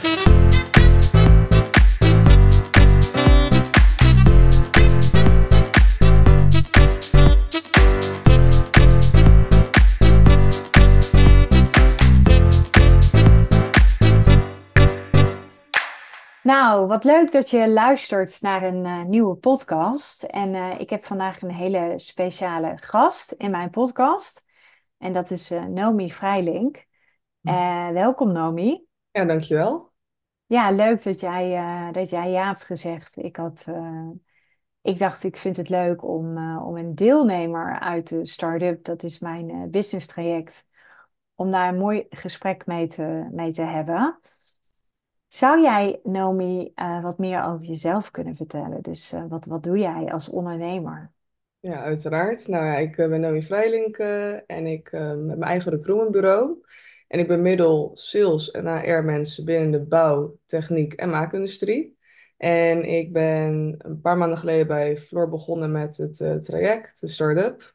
Nou, wat leuk dat je luistert naar een nieuwe podcast. En ik heb vandaag een hele speciale gast in mijn podcast. En dat is Nomi Vrijlink. Welkom, Nomi. Ja, dankjewel. Ja, leuk dat jij ja hebt gezegd. Ik dacht, ik vind het leuk om een deelnemer uit de start-up, dat is mijn business traject, om daar een mooi gesprek mee te hebben. Zou jij, Nomi, wat meer over jezelf kunnen vertellen? Dus wat doe jij als ondernemer? Ja, uiteraard. Nou ja, ik ben Noemi Vrijlink en ik heb mijn eigen recruitmentbureau. En ik bemiddel sales en HR-mensen binnen de bouw, techniek en maakindustrie. En ik ben een paar maanden geleden bij Floor begonnen met het traject, de start-up.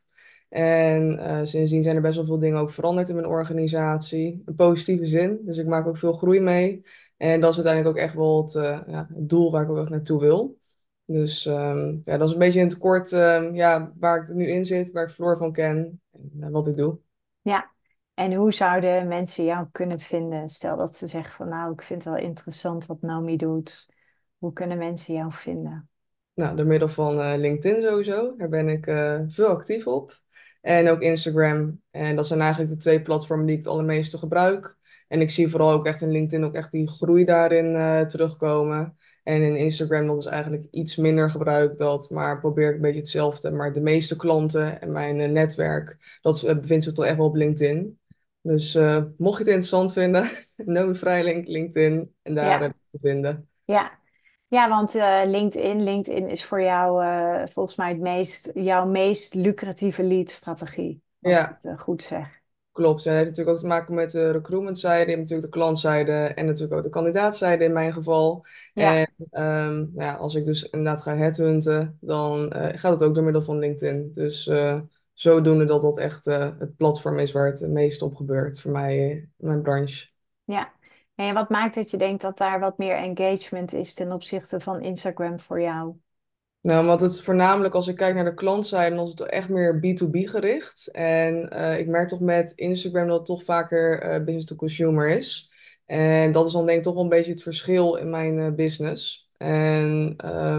En sindsdien zijn er best wel veel dingen ook veranderd in mijn organisatie. In positieve zin. Dus ik maak ook veel groei mee. En dat is uiteindelijk ook echt wel het doel waar ik ook echt naartoe wil. Dus ja, dat is een beetje in het kort ja, waar ik nu in zit, waar ik Floor van ken en wat ik doe. Ja, en hoe zouden mensen jou kunnen vinden? Stel dat ze zeggen van nou, ik vind het wel interessant wat Nomi doet. Hoe kunnen mensen jou vinden? Nou, door middel van LinkedIn sowieso, daar ben ik veel actief op. En ook Instagram. En dat zijn eigenlijk de twee platformen die ik het allermeeste gebruik. En ik zie vooral ook echt in LinkedIn ook echt die groei daarin terugkomen. En in Instagram, dat is eigenlijk iets minder gebruikt dat, maar probeer ik een beetje hetzelfde. Maar de meeste klanten en mijn netwerk, dat bevindt zich toch echt wel op LinkedIn. Dus mocht je het interessant vinden, Nomi Vrijlink, LinkedIn, en daar Ja, heb ik te vinden. ja. Ja, want LinkedIn is voor jou volgens mij jouw meest lucratieve lead-strategie, als ik Ja, het goed zeg. klopt. Ja, dat heeft natuurlijk ook te maken met de recruitmentzijde, je hebt natuurlijk de klantzijde en natuurlijk ook de kandidaatzijde in mijn geval. Ja, En ja, als ik dus inderdaad ga headhunten, dan gaat het ook door middel van LinkedIn. Dus zodoende dat dat echt het platform is waar het het meest op gebeurt voor mij in mijn branche. ja. En wat maakt dat je denkt dat daar wat meer engagement is ten opzichte van Instagram voor jou? Nou, want het voornamelijk als ik kijk naar de klantzijde, dan is het echt meer B2B gericht. En ik merk toch met Instagram dat het toch vaker business to consumer is. En dat is dan denk ik toch wel een beetje het verschil in mijn business. En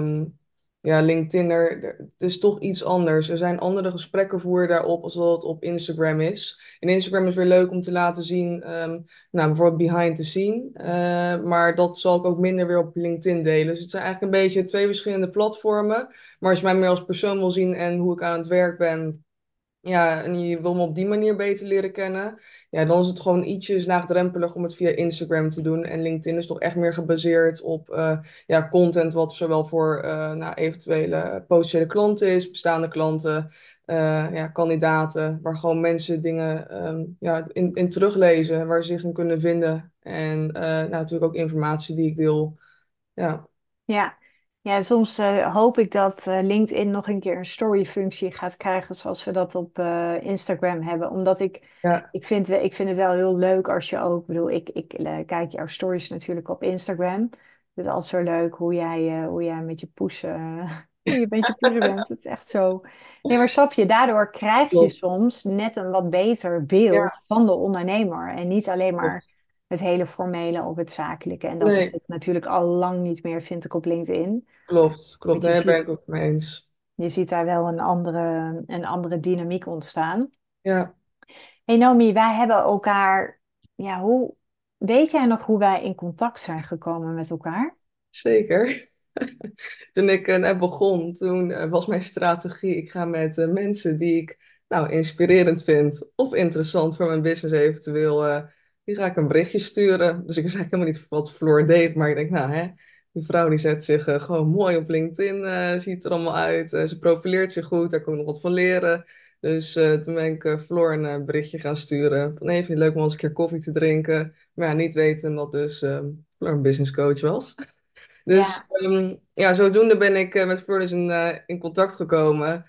ja, LinkedIn, het is toch iets anders. Er zijn andere gesprekken voeren daarop als dat het op Instagram is. En Instagram is weer leuk om te laten zien, nou, bijvoorbeeld behind the scene. Maar dat zal ik ook minder weer op LinkedIn delen. Dus het zijn eigenlijk een beetje twee verschillende platformen. Maar als je mij meer als persoon wil zien en hoe ik aan het werk ben, ja, en je wil me op die manier beter leren kennen, ja, dan is het gewoon ietsjes laagdrempelig om het via Instagram te doen. En LinkedIn is toch echt meer gebaseerd op ja, content wat zowel voor nou, eventuele potentiële klanten is, bestaande klanten, ja, kandidaten, waar gewoon mensen dingen ja, in teruglezen, waar ze zich in kunnen vinden. En nou, natuurlijk ook informatie die ik deel. Ja, Ja, ja, soms hoop ik dat LinkedIn nog een keer een story-functie gaat krijgen zoals we dat op Instagram hebben. Omdat ja, ik vind het wel heel leuk als je ook, ik bedoel, ik kijk jouw stories natuurlijk op Instagram. Het is altijd zo leuk hoe jij met je poes, hoe je met je poes bent. Het is echt zo. Nee, maar snap je, daardoor krijg je klopt. soms net een wat beter beeld Ja, van de ondernemer. En niet alleen maar klopt. het hele formele of het zakelijke. En dat is Nee, het natuurlijk al lang niet meer, vind ik, op LinkedIn. klopt. Klopt. Want Nee, daar ben ik ook mee eens. je ziet daar wel een andere dynamiek ontstaan. Ja. Hey Nomi, wij hebben elkaar, ja, weet jij nog hoe wij in contact zijn gekomen met elkaar? Zeker. Toen ik net begon, toen was mijn strategie, ik ga met mensen die ik nou inspirerend vind of interessant voor mijn business eventueel, die ga ik een berichtje sturen. Dus ik wist eigenlijk helemaal niet wat Floor deed, maar ik denk, nou hè, die vrouw die zet zich gewoon mooi op LinkedIn, ziet er allemaal uit. Ze profileert zich goed, daar kan ik nog wat van leren. Dus toen ben ik Floor een berichtje gaan sturen. Van, hey, vind je het leuk om eens een keer koffie te drinken? Maar ja, niet weten dat dus Floor een business coach was. Dus Ja, ja, zodoende ben ik met Floor dus in contact gekomen.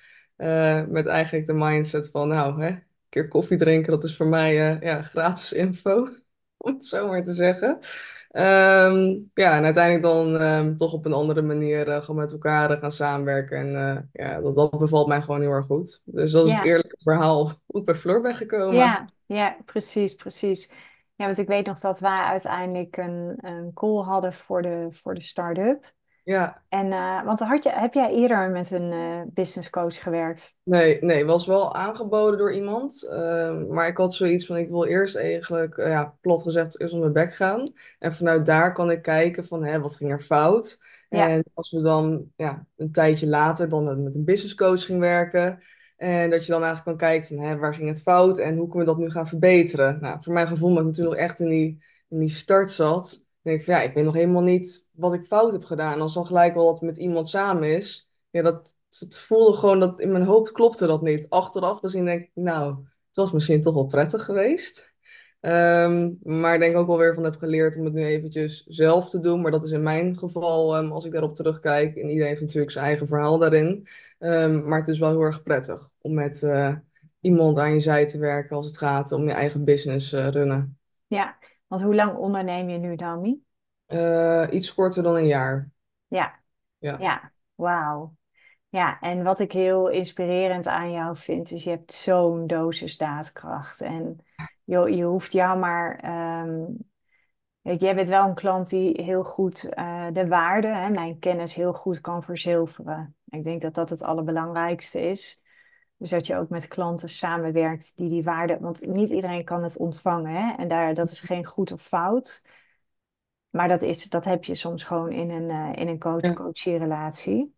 Met eigenlijk de mindset van, nou, hè, een keer koffie drinken, dat is voor mij ja, gratis info, om het zo maar te zeggen. Ja, en uiteindelijk dan toch op een andere manier gewoon met elkaar gaan samenwerken. En ja, dat bevalt mij gewoon heel erg goed. Dus dat is het Ja, eerlijke verhaal hoe ik bij Floor ben gekomen. ja, ja, precies, precies. Ja, want ik weet nog dat wij uiteindelijk een call hadden voor de start-up. Ja. En, want heb jij eerder met een business coach gewerkt? Nee, was wel aangeboden door iemand. Maar ik had zoiets van, ik wil eerst eigenlijk, ja, plat gezegd, eerst op mijn bek gaan. En vanuit daar kan ik kijken van, hè, wat ging er fout? Ja, En als we dan, ja, een tijdje later dan met een business coach ging werken. En dat je dan eigenlijk kan kijken van, hè, waar ging het fout? En hoe kunnen we dat nu gaan verbeteren? Nou, voor mijn gevoel, omdat ik natuurlijk nog echt in die start zat, denk ik van, ja, ik weet nog helemaal niet wat ik fout heb gedaan. En als dan gelijk wel dat het met iemand samen is, ja, het voelde gewoon dat in mijn hoofd klopte dat niet. Achteraf gezien denk ik, nou, het was misschien toch wel prettig geweest. Maar ik denk ook wel weer van heb geleerd om het nu eventjes zelf te doen. Maar dat is in mijn geval, als ik daarop terugkijk. En iedereen heeft natuurlijk zijn eigen verhaal daarin. Maar het is wel heel erg prettig om met iemand aan je zij te werken als het gaat om je eigen business runnen. ja. Want hoe lang onderneem je nu, Dami? Iets korter dan een jaar. Ja, Ja. ja, wauw. Ja, en wat ik heel inspirerend aan jou vind, is je hebt zo'n dosis daadkracht. En joh, je hoeft jou maar. Kijk, jij bent wel een klant die heel goed de waarde, hè, mijn kennis heel goed kan verzilveren. Ik denk dat dat het allerbelangrijkste is. Dus dat je ook met klanten samenwerkt die waarde, want niet iedereen kan het ontvangen, hè? En dat is geen goed of fout. Maar dat heb je soms gewoon in een Ja. coach-coachie relatie.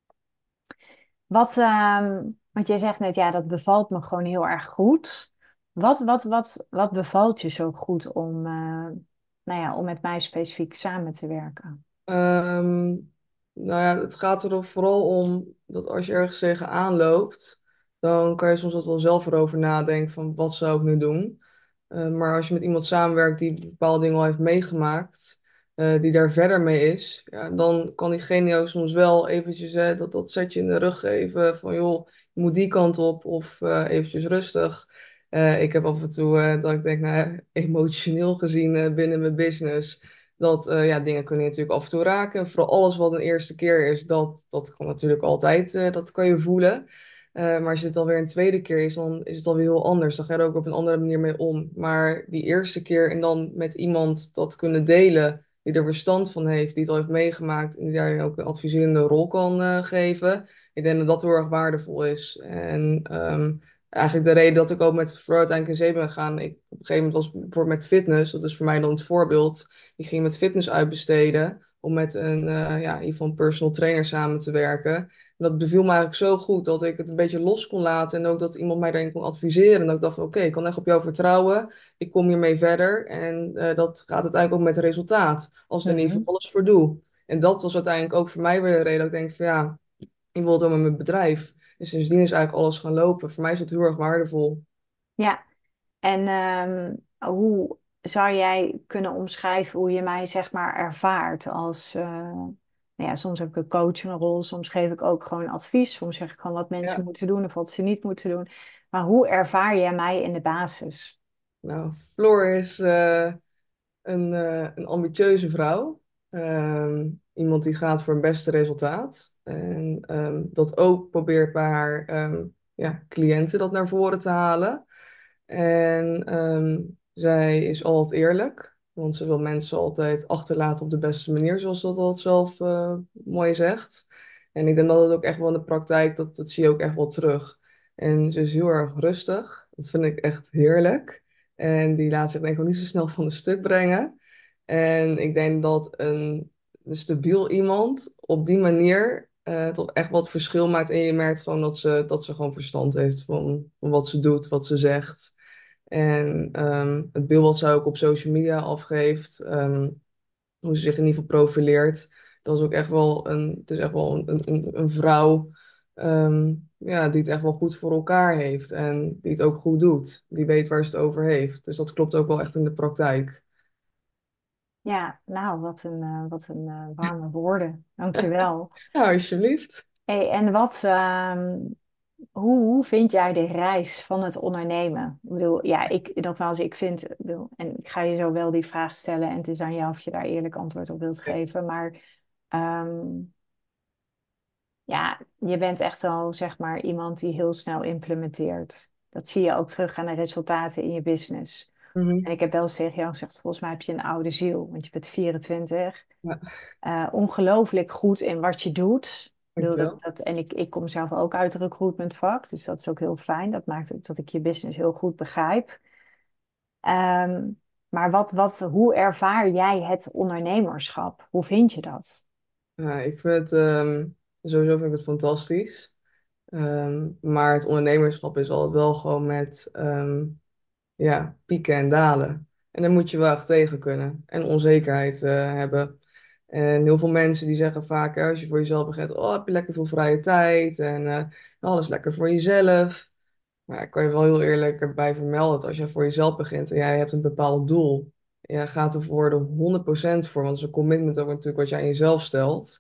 Want jij zegt net, ja, dat bevalt me gewoon heel erg goed. Wat bevalt je zo goed om, nou ja, om met mij specifiek samen te werken? Ehm, nou ja, het gaat er vooral om dat als je ergens tegenaan loopt, dan kan je soms wat wel zelf erover nadenken van wat zou ik nu doen. Maar als je met iemand samenwerkt die bepaalde dingen al heeft meegemaakt, die daar verder mee is, ja, dan kan diegene jou soms wel eventjes dat zetje in de rug geven van joh, je moet die kant op of eventjes rustig. Ik heb af en toe dat ik denk, nou, ja, emotioneel gezien binnen mijn business dat ja, dingen kunnen je natuurlijk af en toe raken. Vooral alles wat een eerste keer is, dat kan natuurlijk altijd, dat kan je voelen. Maar als je het alweer een tweede keer is, dan is het alweer heel anders. Dan ga je er ook op een andere manier mee om. Maar die eerste keer en dan met iemand dat kunnen delen, die er verstand van heeft, die het al heeft meegemaakt en die daarin ook een adviserende rol kan geven. Ik denk dat dat heel erg waardevol is. En eigenlijk de reden dat ik ook met Floor uiteindelijk in zee ben gegaan, op een gegeven moment was bijvoorbeeld met fitness, dat is voor mij dan het voorbeeld. Ik ging met fitness uitbesteden om met een, ja, in ieder geval een personal trainer samen te werken. En dat beviel me eigenlijk zo goed dat ik het een beetje los kon laten en ook dat iemand mij daarin kon adviseren. En dat ik dacht van oké, ik kan echt op jou vertrouwen. Ik kom hiermee verder en dat gaat uiteindelijk ook met resultaat. Als ik er in ieder Mhm. geval alles voor doe. En dat was uiteindelijk ook voor mij weer de reden dat ik denk van ja, ik wil het doen met mijn bedrijf. Dus sindsdien is eigenlijk alles gaan lopen. Voor mij is dat heel erg waardevol. Ja, en hoe zou jij kunnen omschrijven hoe je mij zeg maar ervaart als, nou ja, soms heb ik een coachrol, soms geef ik ook gewoon advies, soms zeg ik gewoon wat mensen Ja. moeten doen of wat ze niet moeten doen. Maar hoe ervaar jij mij in de basis? Nou, Floor is een ambitieuze vrouw. Iemand die gaat voor het beste resultaat. En dat ook probeert bij haar ja, cliënten dat naar voren te halen. En zij is altijd eerlijk. Want ze wil mensen altijd achterlaten op de beste manier, zoals ze dat altijd zelf mooi zegt. En ik denk dat het ook echt wel in de praktijk, dat zie je ook echt wel terug. En ze is heel erg rustig. Dat vind ik echt heerlijk. En die laat zich denk ik ook niet zo snel van de stuk brengen. En ik denk dat een stabiel iemand op die manier toch echt wat verschil maakt. En je merkt gewoon dat ze gewoon verstand heeft van wat ze doet, wat ze zegt. En het beeld wat zij ook op social media afgeeft, hoe ze zich in ieder geval profileert, dat is ook echt wel het is echt wel een vrouw ja, die het echt wel goed voor elkaar heeft en die het ook goed doet. Die weet waar ze het over heeft. Dus dat klopt ook wel echt in de praktijk. Ja, nou, wat een warme woorden. Dankjewel. Ja, alsjeblieft. Hey, en hoe vind jij de reis van het ondernemen? Ik bedoel, ja, nogmaals, ik vind, ik bedoel, en ik ga je zo wel die vraag stellen en het is aan jou of je daar eerlijk antwoord op wilt geven, maar ehm, ja, je bent echt wel, zeg maar, iemand die heel snel implementeert. Dat zie je ook terug aan de resultaten in je business. Mhm. En ik heb wel eens tegen jou gezegd, volgens mij heb je een oude ziel, want je bent 24. Ja, Ongelooflijk goed in wat je doet. Ik bedoel, dankjewel. en ik kom zelf ook uit het recruitmentvak, dus dat is ook heel fijn. Dat maakt ook dat ik je business heel goed begrijp. Ehm, maar hoe ervaar jij het ondernemerschap? Hoe vind je dat? Ja, ik vind het, sowieso vind ik het fantastisch. Maar het ondernemerschap is altijd wel gewoon met ja, pieken en dalen. En daar moet je wel echt tegen kunnen. En onzekerheid hebben. En heel veel mensen die zeggen vaak, hè, als je voor jezelf begint, oh, heb je lekker veel vrije tijd en alles lekker voor jezelf. Maar ik kan je wel heel eerlijk erbij vermelden dat als jij voor jezelf begint en jij hebt een bepaald doel, en jij gaat er voor de 100% voor, want het is een commitment ook natuurlijk wat jij aan jezelf stelt,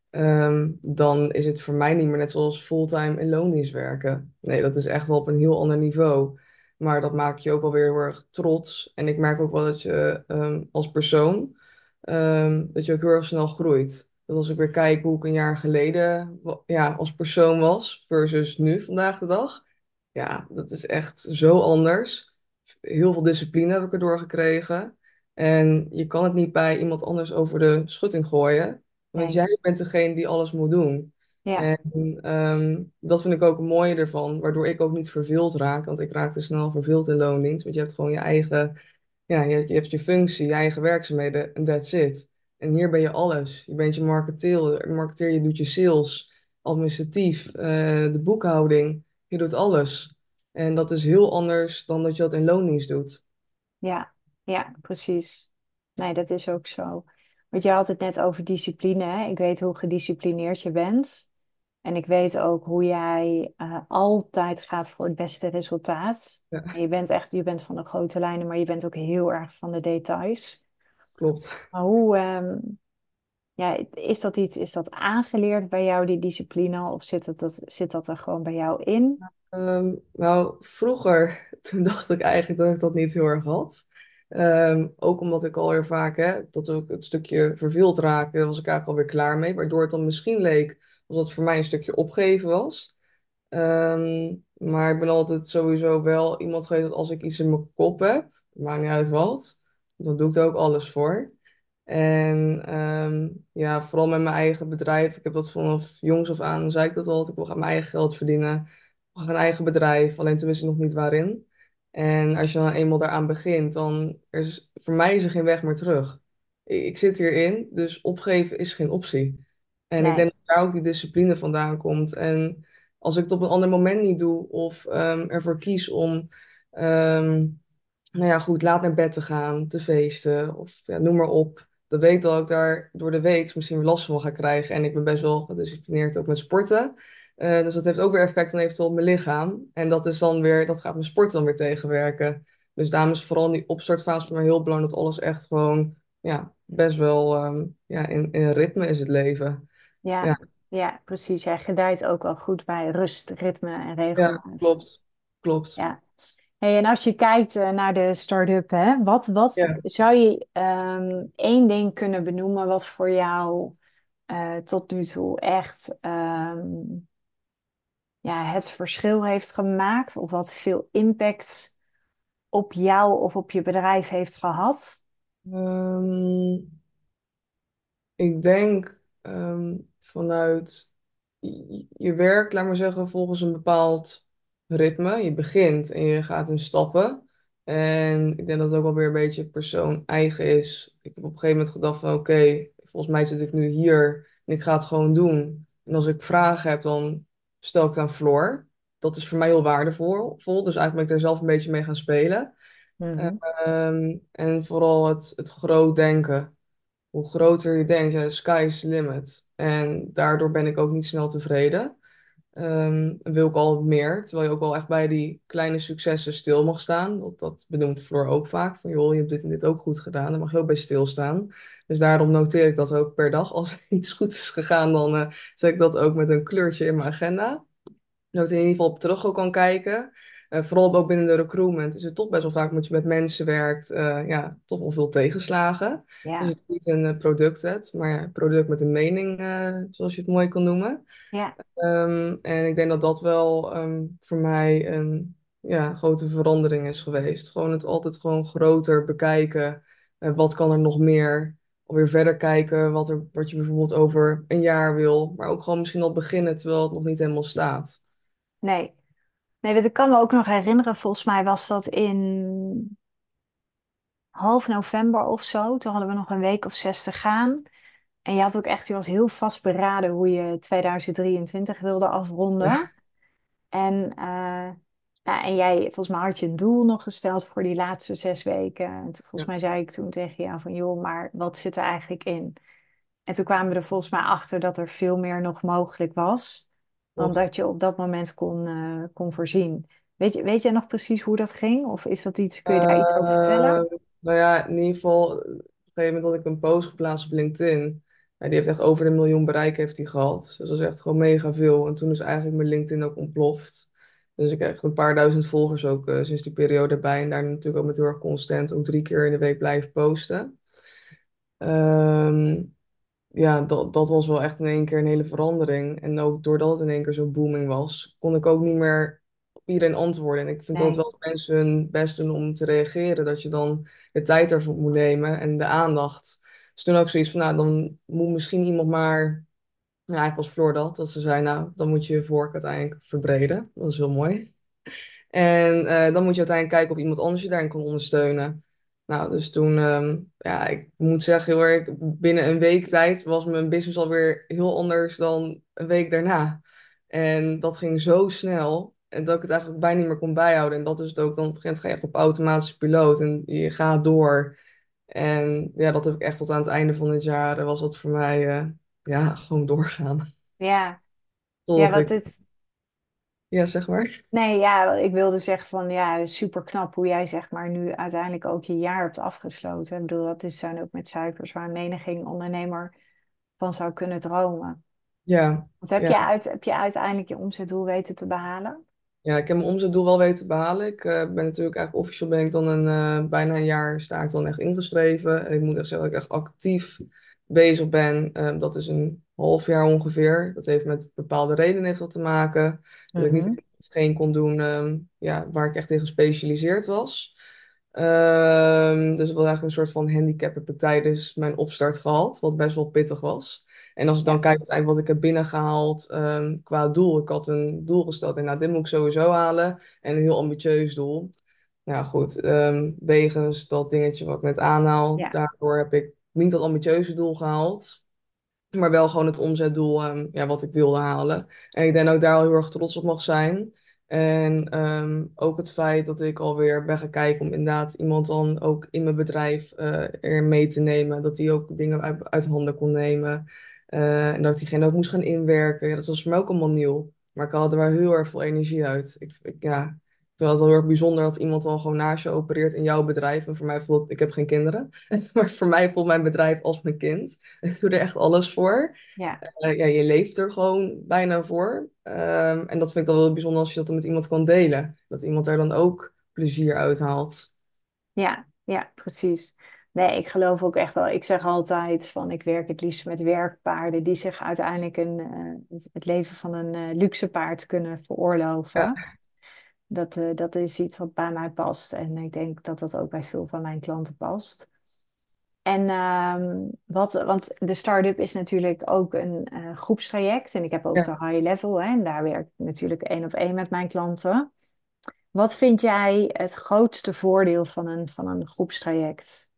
dan is het voor mij niet meer net zoals fulltime in loondienst werken. Nee, dat is echt wel op een heel ander niveau. Maar dat maakt je ook wel weer heel erg trots. En ik merk ook wel dat je als persoon, dat je ook heel erg snel groeit. Dat als ik weer kijk hoe ik een jaar geleden ja, als persoon was versus nu, vandaag de dag. Ja, dat is echt zo anders. Heel veel discipline heb ik erdoor gekregen. En je kan het niet bij iemand anders over de schutting gooien. Want Nee. jij bent degene die alles moet doen. Ja, En dat vind ik ook het mooie ervan, waardoor ik ook niet verveeld raak. Want ik raak te snel verveeld in loondienst. Want je hebt gewoon je eigen, ja, je hebt je functie, je eigen werkzaamheden en that's it. En hier ben je alles. Je bent je marketeer, je doet je sales, administratief, de boekhouding. Je doet alles. En dat is heel anders dan dat je dat in loondienst doet. ja, ja, precies. Nee, dat is ook zo. Want je had het net over discipline, hè? Ik weet hoe gedisciplineerd je bent. En ik weet ook hoe jij altijd gaat voor het beste resultaat. En Ja, je bent van de grote lijnen, maar je bent ook heel erg van de details. klopt. Maar ja, is dat aangeleerd bij jou, die discipline? Of zit dat er gewoon bij jou in? Nou, vroeger, toen dacht ik eigenlijk dat ik dat niet heel erg had. Ook omdat ik alweer vaak, hè, dat ook het stukje verveeld raakte, daar was ik eigenlijk alweer klaar mee. Waardoor het dan misschien leek alsof het voor mij een stukje opgeven was. Maar ik ben altijd sowieso wel iemand geweest dat als ik iets in mijn kop heb, maakt niet uit wat, dan doe ik er ook alles voor. En ja, vooral met mijn eigen bedrijf. Ik heb dat vanaf jongs af aan, zei ik dat altijd. Ik wil gaan mijn eigen geld verdienen. Ik wil gaan een eigen bedrijf. Alleen toen wist ik nog niet waarin. En als je dan eenmaal daaraan begint, dan voor mij is er geen weg meer terug. Ik zit hierin, dus opgeven is geen optie. En ik denk Nee, dat daar ook die discipline vandaan komt. En als ik het op een ander moment niet doe, of ervoor kies om nou ja, goed, laat naar bed te gaan, te feesten, of ja, noem maar op. Dan weet ik dat ik daar door de week misschien weer last van ga krijgen. En ik ben best wel gedisciplineerd ook met sporten. Dus dat heeft ook weer effect dan eventueel op mijn lichaam. En dat is dan weer, dat gaat mijn sport dan weer tegenwerken. Dus daarom is vooral in die opstartfase voor mij heel belangrijk dat alles echt gewoon, ja, best wel ja, in een ritme is het leven. ja, Ja, ja, precies. Jij gedijt ook wel goed bij rust, ritme en ja, regelmaat. klopt. Klopt. Ja. Hey, en als je kijkt naar de start-up, hè, wat Ja. zou je één ding kunnen benoemen wat voor jou tot nu toe echt ja, het verschil heeft gemaakt of wat veel impact op jou of op je bedrijf heeft gehad? Ehm, Ik denk vanuit je werk, laat maar zeggen, volgens een bepaald ritme. Je begint en je gaat in stappen. En ik denk dat het ook wel weer een beetje persoon eigen is. Ik heb op een gegeven moment gedacht van oké, volgens mij zit ik nu hier en ik ga het gewoon doen. En als ik vragen heb, dan stel ik het aan Floor. Dat is voor mij heel waardevol. Dus eigenlijk ben ik daar zelf een beetje mee gaan spelen. Mhm. En vooral het groot denken. Hoe groter je denkt, ja, sky is the limit. En daardoor ben ik ook niet snel tevreden. En wil ik al meer, terwijl je ook wel echt bij die kleine successen stil mag staan. Dat benoemt Floor ook vaak, van joh, je hebt dit en dit ook goed gedaan, daar mag je ook bij stilstaan. Dus daarom noteer ik dat ook per dag. Als er iets goed is gegaan, dan zet ik dat ook met een kleurtje in mijn agenda. zodat je in ieder geval op terug kan kijken. Vooral ook binnen de recruitment is het toch best wel vaak, omdat je met mensen werkt, ja, toch wel veel tegenslagen. Dus Ja, het is niet een product hebt, maar ja, een product met een mening, zoals je het mooi kan noemen. ja, En ik denk dat dat wel voor mij een ja, grote verandering is geweest. Gewoon het altijd gewoon groter bekijken. Wat kan er nog meer? Alweer verder kijken wat je bijvoorbeeld over een jaar wil. Maar ook gewoon misschien al beginnen terwijl het nog niet helemaal staat. nee. Nee, want ik kan me ook nog herinneren, volgens mij was dat in half november of zo. Toen hadden we nog een week of 6 te gaan. En je had ook echt, je was heel vastberaden hoe je 2023 wilde afronden. Ja, En, ja, en jij, volgens mij had je een doel nog gesteld voor die laatste 6 weken. En volgens ja, mij zei ik toen tegen jou van, joh, maar wat zit er eigenlijk in? En toen kwamen we er volgens mij achter dat er veel meer nog mogelijk was dan klopt. dat je op dat moment kon voorzien. Weet jij nog precies hoe dat ging? Of is dat iets, kun je daar iets over Uh, vertellen? nou ja, in ieder geval, op een gegeven moment had ik een post geplaatst op LinkedIn. Ja, die heeft echt over de miljoen bereik heeft die gehad. Dus dat is echt gewoon mega veel. En toen is eigenlijk mijn LinkedIn ook ontploft. Dus ik heb echt een paar duizend volgers ook sinds die periode erbij. En daar natuurlijk ook met heel erg constant, ook 3 keer in de week blijven posten. Ehm, ja, dat was wel echt in één keer een hele verandering. En ook doordat het in één keer zo booming was, kon ik ook niet meer op iedereen antwoorden. En ik vind altijd Nee, wel dat mensen hun best doen om te reageren, dat je dan de tijd ervoor moet nemen en de aandacht. Dus toen ook zoiets van, nou, dan moet misschien iemand maar, ja, ik was Floor dat ze zei, nou, dan moet je je vork uiteindelijk verbreden. Dat is heel mooi. En dan moet je uiteindelijk kijken of iemand anders je daarin kan ondersteunen. Nou, dus toen, ja, ik moet zeggen, heel erg, binnen een week tijd was mijn business alweer heel anders dan een week daarna. En dat ging zo snel, en dat ik het eigenlijk bijna niet meer kon bijhouden. En dat is het ook, dan begint ga je echt op automatische piloot en je gaat door. En ja, dat heb ik echt tot aan het einde van het jaar, was dat voor mij, ja, gewoon doorgaan. ja, ja, Totdat wat ik, het. ja, zeg maar. Nee, ja, ik wilde zeggen van ja, super knap hoe jij zeg maar nu uiteindelijk ook je jaar hebt afgesloten. Ik bedoel, zijn ook met cijfers waar menigeen ondernemer van zou kunnen dromen. Ja, Want ja. heb je uiteindelijk je omzetdoel weten te behalen? Ja, ik heb mijn omzetdoel wel weten te behalen. Ik ben natuurlijk eigenlijk officieel ben ik dan bijna een jaar sta ik dan echt ingeschreven. En ik moet echt zeggen dat ik echt actief bezig ben. Dat is een half jaar ongeveer. Dat heeft met bepaalde redenen heeft dat te maken. Dat ik Mhm. niet hetgeen kon doen ja, waar ik echt in gespecialiseerd was. Dus dat was eigenlijk een soort van handicap heb ik tijdens mijn opstart gehad, wat best wel pittig was. En als ik dan Ja, kijk uiteindelijk wat ik heb binnengehaald qua doel. Ik had een doel gesteld en nou, dit moet ik sowieso halen. En een heel ambitieus doel. Nou goed, wegens dat dingetje wat ik net aanhaal, ja, daardoor heb ik niet dat ambitieuze doel gehaald. Maar wel gewoon het omzetdoel ja, wat ik wilde halen. En ik denk dat ik daar al heel erg trots op mag zijn. En ook het feit dat ik alweer ben gaan kijken om inderdaad iemand dan ook in mijn bedrijf er mee te nemen. Dat die ook dingen uit handen kon nemen. En dat ik diegene ook moest gaan inwerken. Ja, dat was voor mij ook allemaal nieuw. Maar ik haalde er wel heel erg veel energie uit. Ja, ik vind het wel heel erg bijzonder dat iemand dan gewoon naast je opereert in jouw bedrijf. En voor mij voelt, ik heb geen kinderen. Maar voor mij voelt mijn bedrijf als mijn kind. Ik doe er echt alles voor. ja, Ja, je leeft er gewoon bijna voor. En dat vind ik dan wel heel bijzonder als je dat dan met iemand kan delen. Dat iemand daar dan ook plezier uit haalt. ja, ja, precies. Nee, ik geloof ook echt wel. Ik zeg altijd van ik werk het liefst met werkpaarden die zich uiteindelijk het leven van een luxe paard kunnen Ja, veroorloven. Dat is iets wat bij mij past. En ik denk dat dat ook bij veel van mijn klanten past. En want de start-up is natuurlijk ook een groepstraject. En ik heb ook de ja. high level. Hè, en daar werk ik natuurlijk 1-op-1 met mijn klanten. Wat vind jij het grootste voordeel van een groepstraject?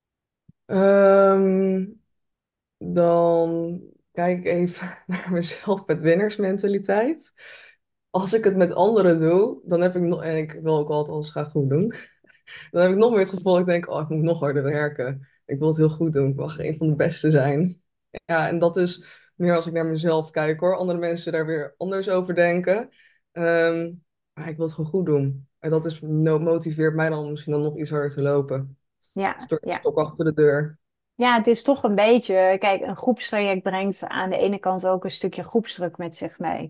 Ehm, dan kijk ik even naar mezelf met winnersmentaliteit. Als ik het met anderen doe, dan heb ik nog, en ik wil ook altijd alles graag goed doen, dan heb ik nog meer het gevoel, ik denk, oh, ik moet nog harder werken. Ik wil het heel goed doen, ik wil een van de beste zijn. Ja, en dat is meer als ik naar mezelf kijk hoor. Andere mensen daar weer anders over denken. Ehm, maar ik wil het gewoon goed doen. En dat is, motiveert mij dan misschien dan nog iets harder te lopen. Ja, ja. Stok achter de deur. Ja, het is toch een beetje, kijk, een groepstraject brengt aan de ene kant ook een stukje groepsdruk met zich mee.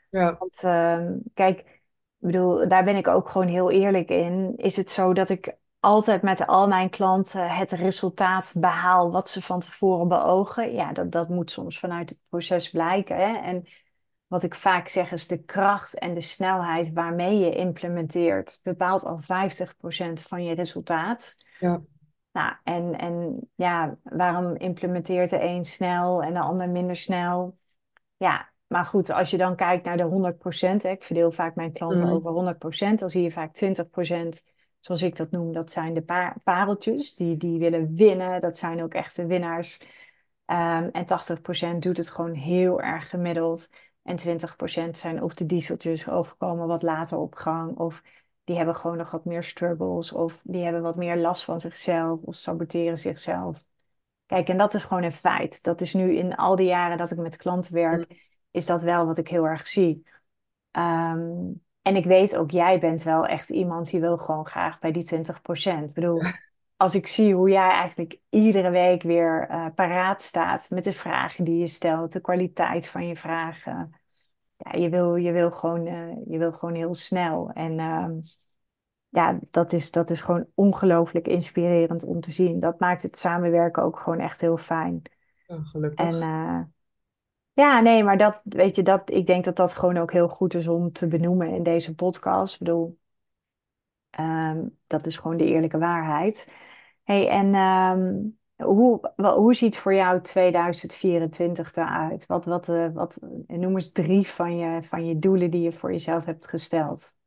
Ja. Want kijk, ik bedoel, daar ben ik ook gewoon heel eerlijk in. Is het zo dat ik altijd met al mijn klanten het resultaat behaal wat ze van tevoren beogen? Ja, dat moet soms vanuit het proces blijken. Hè? En wat ik vaak zeg is de kracht en de snelheid waarmee je implementeert bepaalt al 50% van je resultaat. Ja. Nou, en ja, waarom implementeert de een snel en de ander minder snel? Ja, maar goed, als je dan kijkt naar de 100%, hè, ik verdeel vaak mijn klanten Mm. over 100%, dan zie je vaak 20%, zoals ik dat noem, dat zijn de pareltjes, die willen winnen, dat zijn ook echte winnaars. En 80% doet het gewoon heel erg gemiddeld. En 20% zijn of de dieseltjes overkomen wat later op gang, of die hebben gewoon nog wat meer struggles, of die hebben wat meer last van zichzelf, of saboteren zichzelf. Kijk, en dat is gewoon een feit. Dat is nu in al die jaren dat ik met klanten werk, is dat wel wat ik heel erg zie. Ehm, en ik weet ook, jij bent wel echt iemand die wil gewoon graag bij die 20%. Ik bedoel, als ik zie hoe jij eigenlijk iedere week weer paraat staat met de vragen die je stelt, de kwaliteit van je vragen. Ja, je wil gewoon heel snel. En ja, dat is gewoon ongelooflijk inspirerend om te zien. Dat maakt het samenwerken ook gewoon echt heel fijn. Ja, En gelukkig. ja, nee, maar dat, weet je, ik denk dat dat gewoon ook heel goed is om te benoemen in deze podcast. Ik bedoel, dat is gewoon de eerlijke waarheid. Hey, en hoe ziet voor jou 2024 eruit? Noem eens 3 van je doelen die je voor jezelf hebt gesteld.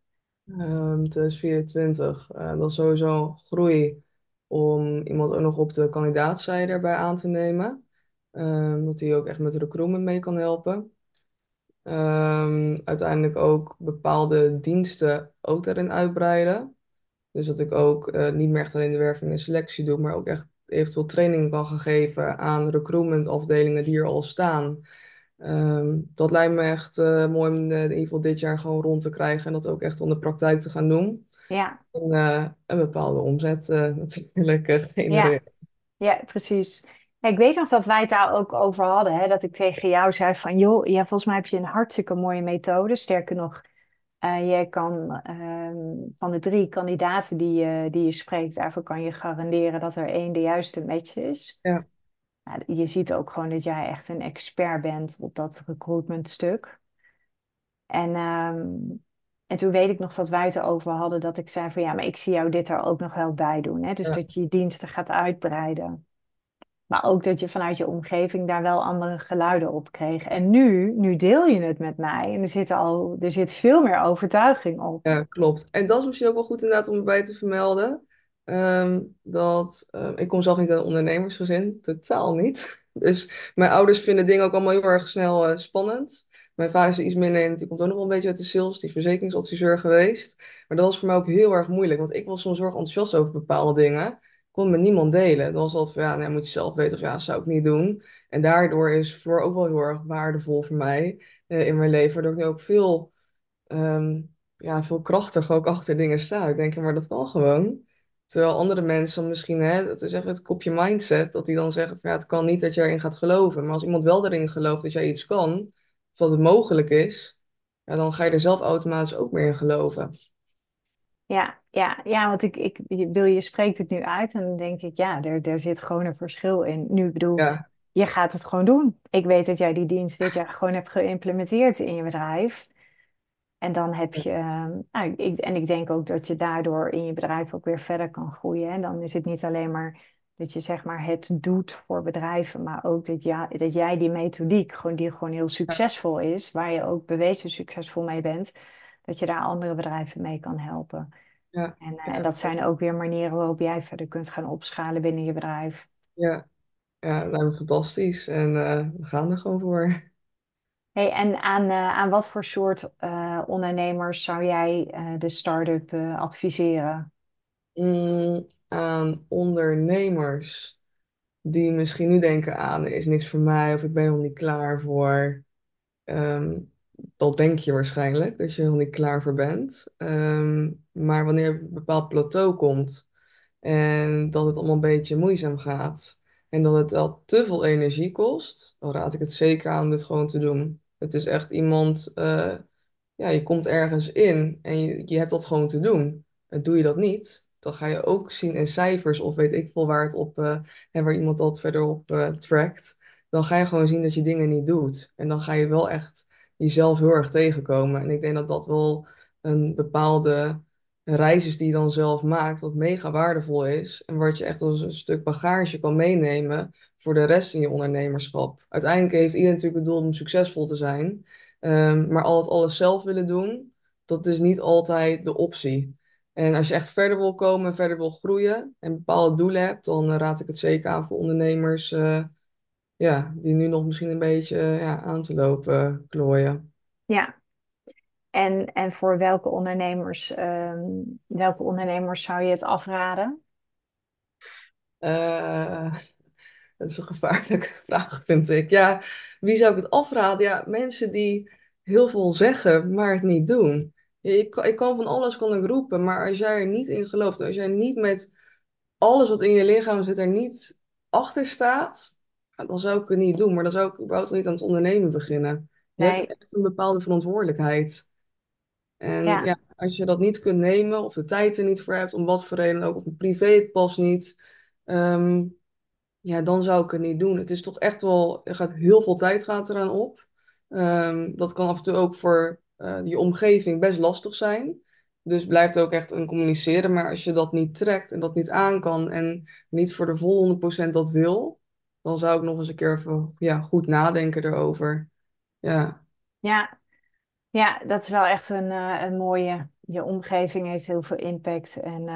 2024. Dat is sowieso groei om iemand ook nog op de kandidaatzijde erbij aan te nemen. Dat hij ook echt met recruitment mee kan helpen. Uiteindelijk ook bepaalde diensten ook daarin uitbreiden. Dus dat ik ook niet meer echt alleen de werving en selectie doe, maar ook echt eventueel training kan gaan geven aan recruitmentafdelingen die er al staan. Dat lijkt me echt mooi om in ieder geval dit jaar gewoon rond te krijgen en dat ook echt onder praktijk te gaan doen. Ja, En een bepaalde omzet natuurlijk ja. genereren. Ja, precies. Ja, ik weet nog dat wij het daar ook over hadden. Hè? Dat ik tegen jou zei van, joh, ja, volgens mij heb je een hartstikke mooie methode. Sterker nog, je kan van de 3 kandidaten die je spreekt, daarvoor kan je garanderen dat er één de juiste match is. Ja, Nou, je ziet ook gewoon dat jij echt een expert bent op dat recruitment stuk. En, en toen weet ik nog dat wij het erover hadden dat ik zei van, ja, maar ik zie jou dit er ook nog wel bij doen. Hè? Dus ja, dat je je diensten gaat uitbreiden. Maar ook dat je vanuit je omgeving daar wel andere geluiden op kreeg. En nu deel je het met mij. En er zit veel meer overtuiging op. ja, klopt. En dat is misschien ook wel goed inderdaad om erbij te vermelden. Ik kom zelf niet uit een ondernemersgezin, totaal niet. Dus mijn ouders vinden dingen ook allemaal heel erg snel spannend. Mijn vader is er iets minder in, die komt ook nog wel een beetje uit de sales, die is verzekeringsadviseur geweest. Maar dat was voor mij ook heel erg moeilijk, want ik was soms heel erg enthousiast over bepaalde dingen. Ik kon het met niemand delen. Dan was altijd van, ja, nee, moet je zelf weten of ja, dat zou ik niet doen. En daardoor is Floor ook wel heel erg waardevol voor mij in mijn leven, waardoor ik nu ook ehm, veel krachtiger ook achter dingen sta. Ik denk, ja, maar dat kan gewoon. Terwijl andere mensen dan misschien, hè, dat is echt het kopje mindset, dat die dan zeggen van ja, het kan niet dat je erin gaat geloven. Maar als iemand wel erin gelooft dat jij iets kan, of dat het mogelijk is, ja, dan ga je er zelf automatisch ook meer in geloven. Ja, want je spreekt het nu uit en dan denk ik, ja, er zit gewoon een verschil in. Nu, ik bedoel, Ja, je gaat het gewoon doen. Ik weet dat jij die dienst dit jaar gewoon hebt geïmplementeerd in je bedrijf. En dan heb je, en ik denk ook dat je daardoor in je bedrijf ook weer verder kan groeien. En dan is het niet alleen maar dat je zeg maar het doet voor bedrijven, maar ook dat jij die methodiek, die gewoon heel ja, succesvol is, waar je ook bewezen succesvol mee bent, dat je daar andere bedrijven mee kan helpen. ja, En ja, dat zijn ook weer manieren waarop jij verder kunt gaan opschalen binnen je bedrijf. ja, ja, dat lijkt me fantastisch. En we gaan er gewoon voor. Hey, en aan wat voor soort ondernemers zou jij de start-up adviseren? Aan ondernemers die misschien nu denken aan, er is niks voor mij of ik ben er nog niet klaar voor. Ehm, dat denk je waarschijnlijk, dat je er nog niet klaar voor bent. Maar wanneer een bepaald plateau komt en dat het allemaal een beetje moeizaam gaat en dat het al te veel energie kost, dan raad ik het zeker aan om dit gewoon te doen. Het is echt iemand, ja, je komt ergens in en je hebt dat gewoon te doen. Doe je dat niet, dan ga je ook zien in cijfers of weet ik veel waar het op, en waar iemand dat verder op trackt. Dan ga je gewoon zien dat je dingen niet doet. En dan ga je wel echt jezelf heel erg tegenkomen. En ik denk dat dat wel een bepaalde reis is die je dan zelf maakt, wat mega waardevol is. En wat je echt als een stuk bagage kan meenemen voor de rest in je ondernemerschap. Uiteindelijk heeft iedereen natuurlijk het doel om succesvol te zijn. Maar altijd alles zelf willen doen, dat is niet altijd de optie. En als je echt verder wil komen en verder wil groeien en bepaalde doelen hebt, dan raad ik het zeker aan voor ondernemers ja, die nu nog misschien een beetje ja, aan te lopen klooien. Ja, en voor welke ondernemers zou je het afraden? Eh, Dat is een gevaarlijke vraag, vind ik. Ja, wie zou ik het afraden? Ja, mensen die heel veel zeggen, maar het niet doen. Ja, ik kan van alles kan ik roepen, maar als jij er niet in gelooft, als jij niet met alles wat in je lichaam zit er niet achter staat, ja, dan zou ik het niet doen. Maar dan zou ik überhaupt niet aan het ondernemen beginnen. Je hebt Nee, echt een bepaalde verantwoordelijkheid. En ja, ja, als je dat niet kunt nemen, of de tijd er niet voor hebt, om wat voor reden ook, of privé het past niet, ehm, ja, dan zou ik het niet doen. Het is toch echt wel, er gaat heel veel tijd gaat eraan op. Dat kan af en toe ook voor je omgeving best lastig zijn. Dus blijft ook echt een communiceren. Maar als je dat niet trekt en dat niet aan kan en niet voor de vol 100% dat wil, dan zou ik nog eens een keer even, ja, goed nadenken erover. Ja, ja, ja, dat is wel echt een mooie. Je omgeving heeft heel veel impact. En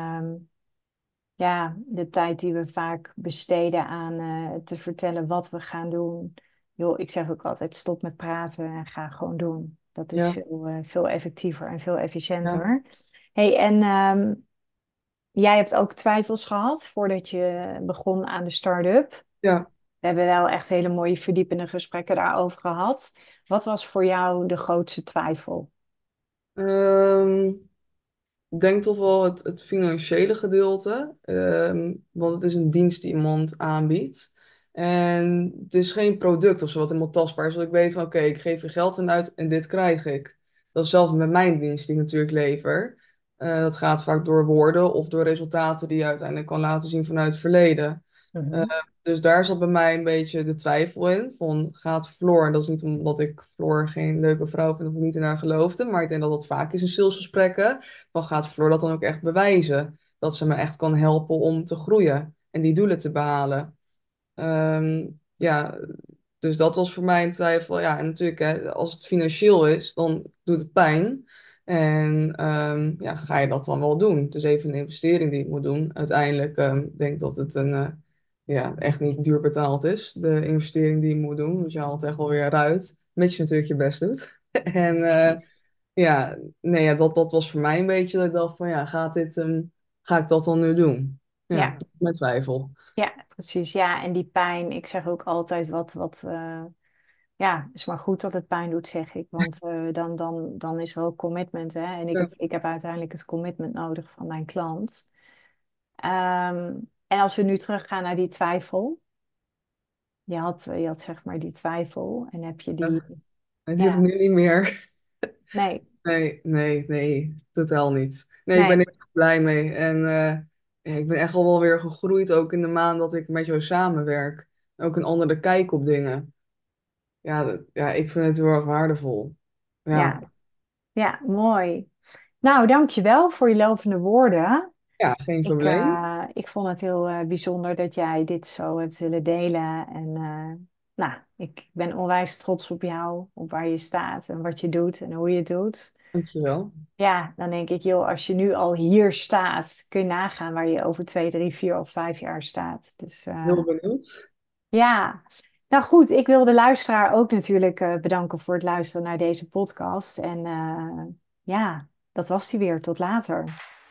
ja, de tijd die we vaak besteden aan te vertellen wat we gaan doen. Joh, ik zeg ook altijd: stop met praten en ga gewoon doen. Dat is ja, veel effectiever en veel ja, efficiënter. Hey, en jij hebt ook twijfels gehad voordat je begon aan de start-up. ja. We hebben wel echt hele mooie verdiepende gesprekken daarover gehad. Wat was voor jou de grootste twijfel? Ehm, Ik denk toch wel het financiële gedeelte, want het is een dienst die iemand aanbiedt. En het is geen product of zo wat helemaal tastbaar is. Dat ik weet van oké, ik geef je geld in uit en dit krijg ik. Dat is hetzelfde met mijn dienst die ik natuurlijk lever. Dat gaat vaak door woorden of door resultaten die je uiteindelijk kan laten zien vanuit het verleden. Eh, Mhm. dus daar zat bij mij een beetje de twijfel in. Van gaat Floor, en dat is niet omdat ik Floor geen leuke vrouw vind of niet in haar geloofde, maar ik denk dat dat vaak is in salesgesprekken. Van gaat Floor dat dan ook echt bewijzen? Dat ze me echt kan helpen om te groeien en die doelen te behalen. Ja, dus dat was voor mij een twijfel. Ja, en natuurlijk, hè, als het financieel is, dan doet het pijn. En ja, ga je dat dan wel doen? Het is even een investering die ik moet doen. Uiteindelijk denk ik dat het ja, echt niet duur betaald is, de investering die je moet doen. Dus je haalt het echt wel weer uit, mits je natuurlijk je best doet. En Precies. ja, nee, ja, dat was voor mij een beetje dat ik dacht van ja, ga ik dat dan nu doen? Ja, Ja, met twijfel. ja, precies. Ja, en die pijn, ik zeg ook altijd ja, is maar goed dat het pijn doet, zeg ik. Want dan is er ook commitment, hè. En Ja, ik heb uiteindelijk het commitment nodig van mijn klant. Ehm, en als we nu teruggaan naar die twijfel. Je had zeg maar die twijfel en heb je die, en die heb ik ja, nu niet meer. nee, Nee, nee, nee, totaal niet. Nee, ik ben nee, er echt blij mee. En ja, ik ben echt al wel weer gegroeid, ook in de maand dat ik met jou samenwerk. Ook een andere kijk op dingen. Ja, ja, ik vind het heel erg waardevol. Ja, ja, ja, mooi. Nou, dankjewel voor je lovende woorden. ja, geen probleem. Ik vond het heel bijzonder dat jij dit zo hebt willen delen. En nou, ik ben onwijs trots op jou, op waar je staat en wat je doet en hoe je het doet. Dankjewel. Ja, dan denk ik, joh, als je nu al hier staat, kun je nagaan waar je over 2, 3, 4 of 5 jaar staat. Dus Heel benieuwd. ja, nou goed, ik wil de luisteraar ook natuurlijk bedanken voor het luisteren naar deze podcast. En ja, dat was die weer. Tot later.